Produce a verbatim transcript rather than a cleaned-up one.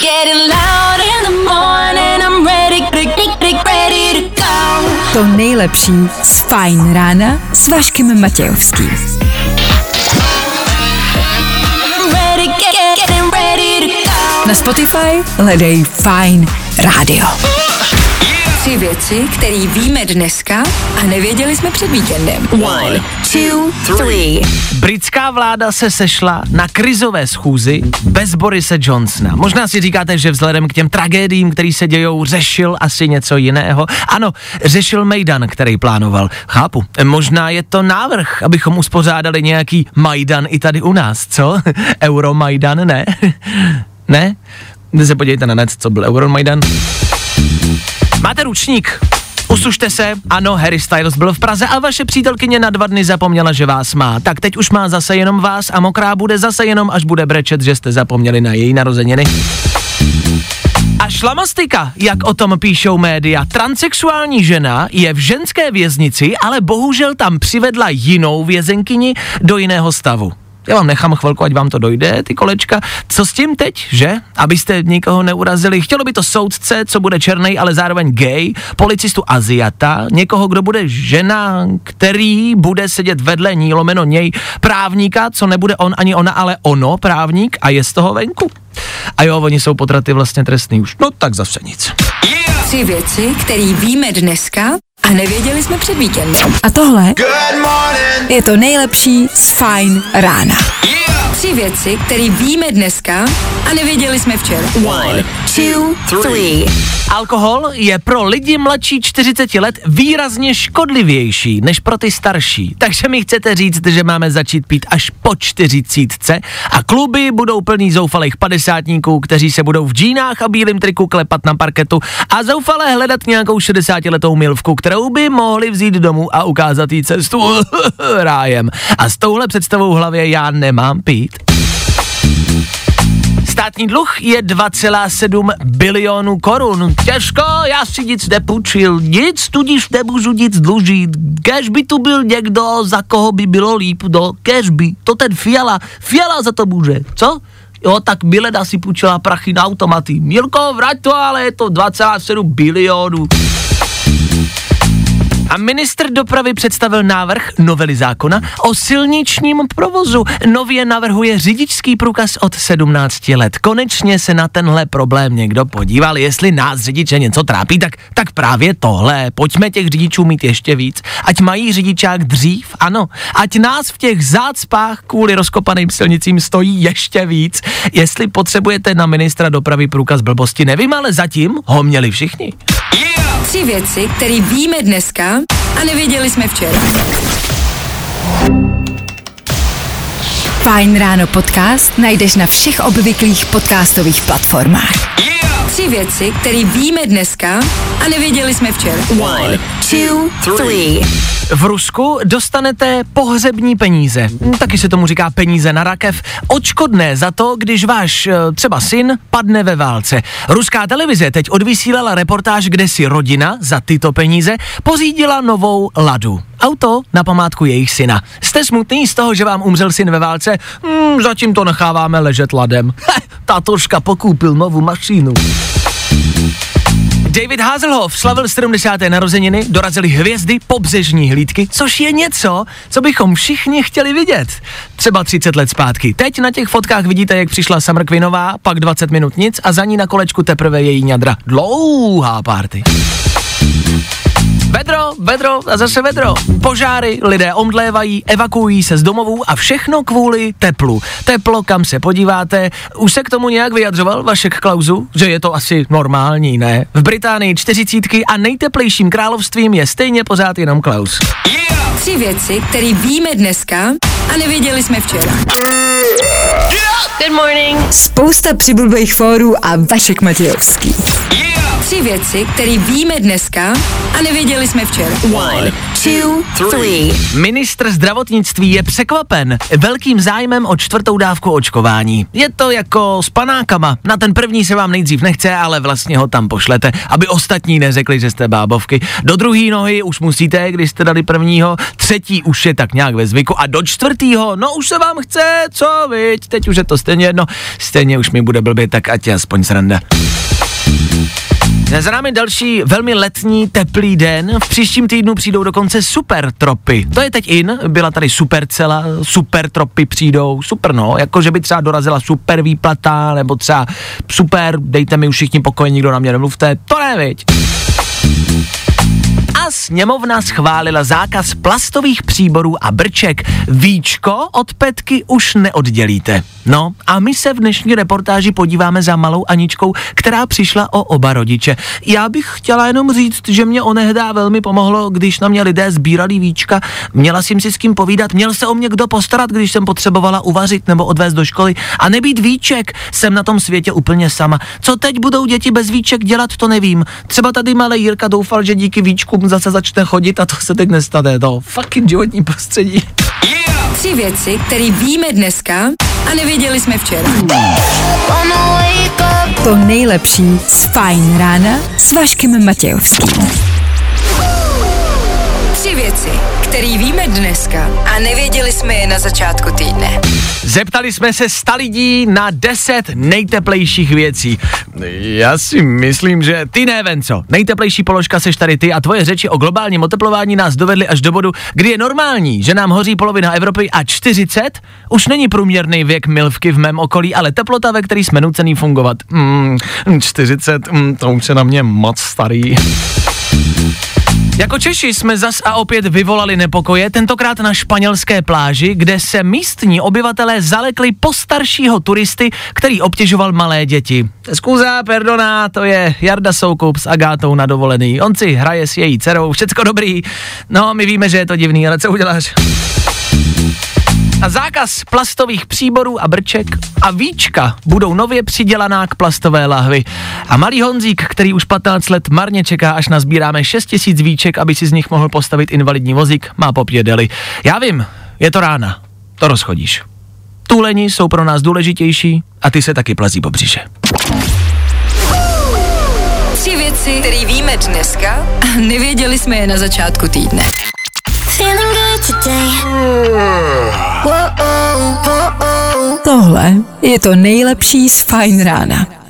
To nejlepší z Fajn rána s Vaškem Matějovským. Na Spotify hledej Fajn rádio. Tři věci, které víme dneska a nevěděli jsme před víkendem. One, two, three. Britská vláda se sešla na krizové schůzi bez Borise Johnsona. Možná si říkáte, že vzhledem k těm tragédiím, který se dějou, řešil asi něco jiného. Ano, řešil Majdan, který plánoval. Chápu. Možná je to návrh, abychom uspořádali nějaký Majdan i tady u nás, co? Euromajdan, ne? Ne? Jde se podívejte na net, co byl Euromajdan. Máte ručník? Usušte se, ano, Harry Styles byl v Praze a vaše přítelkyně na dva dny zapomněla, že vás má. Tak teď už má zase jenom vás a mokrá bude zase jenom, až bude brečet, že jste zapomněli na její narozeniny. A šlamastika, jak o tom píšou média, transsexuální žena je v ženské věznici, ale bohužel tam přivedla jinou vězenkyni do jiného stavu. Já vám nechám chvilku, ať vám to dojde, ty kolečka. Co s tím teď, že? Abyste nikoho neurazili. Chtělo by to soudce, co bude černej, ale zároveň gay, policistu Aziata, někoho, kdo bude žena, který bude sedět vedle ní, lomeno něj, právníka, co nebude on ani ona, ale ono, právník, a je z toho venku. A jo, oni jsou potraty vlastně trestný už. No tak zase nic. Yeah! Tři věci, které víme dneska a nevěděli jsme před víkendem. A tohle je to nejlepší z Fajn rána. Yeah! Tři věci, které víme dneska a nevěděli jsme včera. One, two, three. Alkohol je pro lidi mladší čtyřicet let výrazně škodlivější než pro ty starší. Takže mi chcete říct, že máme začít pít až po čtyřicítce a kluby budou plný zoufalých padesátníků, kteří se budou v džínách a bílém triku klepat na parketu a zoufale hledat nějakou šedesátiletou milvku, kterou by mohli vzít domů a ukázat jí cestu rájem. A s touhle představou v hlavě já nemám pít. Státní dluh je dva celá sedm bilionů korun. Těžko, já si nic nepůjčil, nic, tudíž nemůžu nic dlužit. Kež by tu byl někdo, za koho by bylo líp, no, kež by. To ten Fiala, Fiala za to může, co? Jo, tak Milena si půjčila prachy na automaty. Milko, vrať to, ale je to dva celá sedm bilionů. A ministr dopravy představil návrh novely zákona o silničním provozu. Nově navrhuje řidičský průkaz od sedmnácti let. Konečně se na tenhle problém někdo podíval, jestli nás řidiče něco trápí, tak, tak právě tohle. Pojďme těch řidičů mít ještě víc. Ať mají řidičák dřív, ano. Ať nás v těch zácpách kvůli rozkopaným silnicím stojí ještě víc. Jestli potřebujete na ministra dopravy průkaz blbosti, nevím, ale zatím ho měli všichni. Yeah! Tři věci, které víme dneska a nevěděli jsme včera. Fajn ráno podcast najdeš na všech obvyklých podcastových platformách. Yeah! Tři věci, které víme dneska a nevěděli jsme včera. One, two, three. V Rusku dostanete pohřební peníze. Taky se tomu říká peníze na rakev. Odškodné za to, když váš třeba syn padne ve válce. Ruská televize teď odvysílala reportáž, kde si rodina za tyto peníze pořídila novou Ladu. Auto na památku jejich syna. Jste smutný z toho, že vám umřel syn ve válce? Hmm, zatím to necháváme ležet ladem. Tátoška pokoupil novou mašinu. David Hasselhoff slavil sedmdesáté narozeniny, dorazily hvězdy, pobřežní hlídky, což je něco, co bychom všichni chtěli vidět. Třeba třicet let zpátky. Teď na těch fotkách vidíte, jak přišla Summer Queenová, pak dvacet minut nic a za ní na kolečku teprve její ňadra. Dlouhá party. Vedro, vedro a zase vedro. Požáry, lidé omdlévají, evakuují se z domovů a všechno kvůli teplu. Teplo, kam se podíváte. Už se k tomu nějak vyjadřoval Vašek Klausu, že je to asi normální, ne? V Británii čtyřicítky a nejteplejším královstvím je stejně pořád jenom Klaus. Yeah! Tři věci, které víme dneska a nevěděli jsme včera. Good morning. Spousta přibulbých fórů a Vašek Matějovský. Yeah! Tři věci, které víme dneska a nevěděli jsme včera. One, two, three. Ministr zdravotnictví je překvapen velkým zájmem o čtvrtou dávku očkování. Je to jako s panákama. Na ten první se vám nejdřív nechce, ale vlastně ho tam pošlete, aby ostatní neřekli, že jste bábovky. Do druhé nohy už musíte, když jste dali prvního, třetí už je tak nějak ve zvyku a do čtvrtýho, no už se vám chce, co? viď, teď už je to stejně jedno, stejně už mi bude blbě, tak ať je aspoň sranda. Za námi další velmi letní, teplý den. V příštím týdnu přijdou dokonce super tropy. To je teď in, byla tady supercela, super tropy přijdou, super no, jako že by třeba dorazila super výplata, nebo třeba super, dejte mi už všichni pokoj, nikdo na mě nemluvte, to ne, viď. A sněmovna schválila zákaz plastových příborů a brček. Víčko od Petky už neoddělíte. No a my se v dnešní reportáži podíváme za malou Aničkou, která přišla o oba rodiče. Já bych chtěla jenom říct, že mě onehdá velmi pomohlo, když na mě lidé sbírali víčka. Měla jsem si s kým povídat, měl se o mě kdo postarat, když jsem potřebovala uvařit nebo odvést do školy. A nebýt víček, jsem na tom světě úplně sama. Co teď budou děti bez víček dělat, to nevím. Třeba tady malý Jirka doufal, že díky víčkům zase začne chodit a to se teď nestane. To fucking životní prostředí. Yeah! Tři věci, které víme dneska a nevěděli jsme včera. To nejlepší z Fajn rána s Vaškem Matějovským. Tři věci, které víme dneska a nevěděli jsme je na začátku týdne. Zeptali jsme se sta lidí na deset nejteplejších věcí. Já si myslím, že ty ne, Venco. Nejteplejší položka seš tady ty a tvoje řeči o globálním oteplování nás dovedly až do bodu, kdy je normální, že nám hoří polovina Evropy a čtyřicet už není průměrný věk milvky v mém okolí, ale teplota, ve který jsme nucený fungovat. Mm, čtyřicet, mm, to už je na mě moc starý. Jako Češi jsme zas a opět vyvolali nepokoje, tentokrát na španělské pláži, kde se místní obyvatelé zalekli postaršího turisty, který obtěžoval malé děti. Scusa, perdona, to je Jarda Soukup s Agátou na dovolený. On si hraje s její dcerou, všecko dobrý. No, my víme, že je to divný, ale co uděláš? A zákaz plastových příborů a brček a víčka budou nově přidělaná k plastové lahvi. A malý Honzík, který už patnáct let marně čeká, až nazbíráme šest tisíc víček, aby si z nich mohl postavit invalidní vozík, má popědeli. Já vím, je to rána, to rozchodíš. Tuleni jsou pro nás důležitější a ty se taky plazí po břiše. Tři věci, které víme dneska a nevěděli jsme je na začátku týdne. Tohle je to nejlepší z Fajn rána.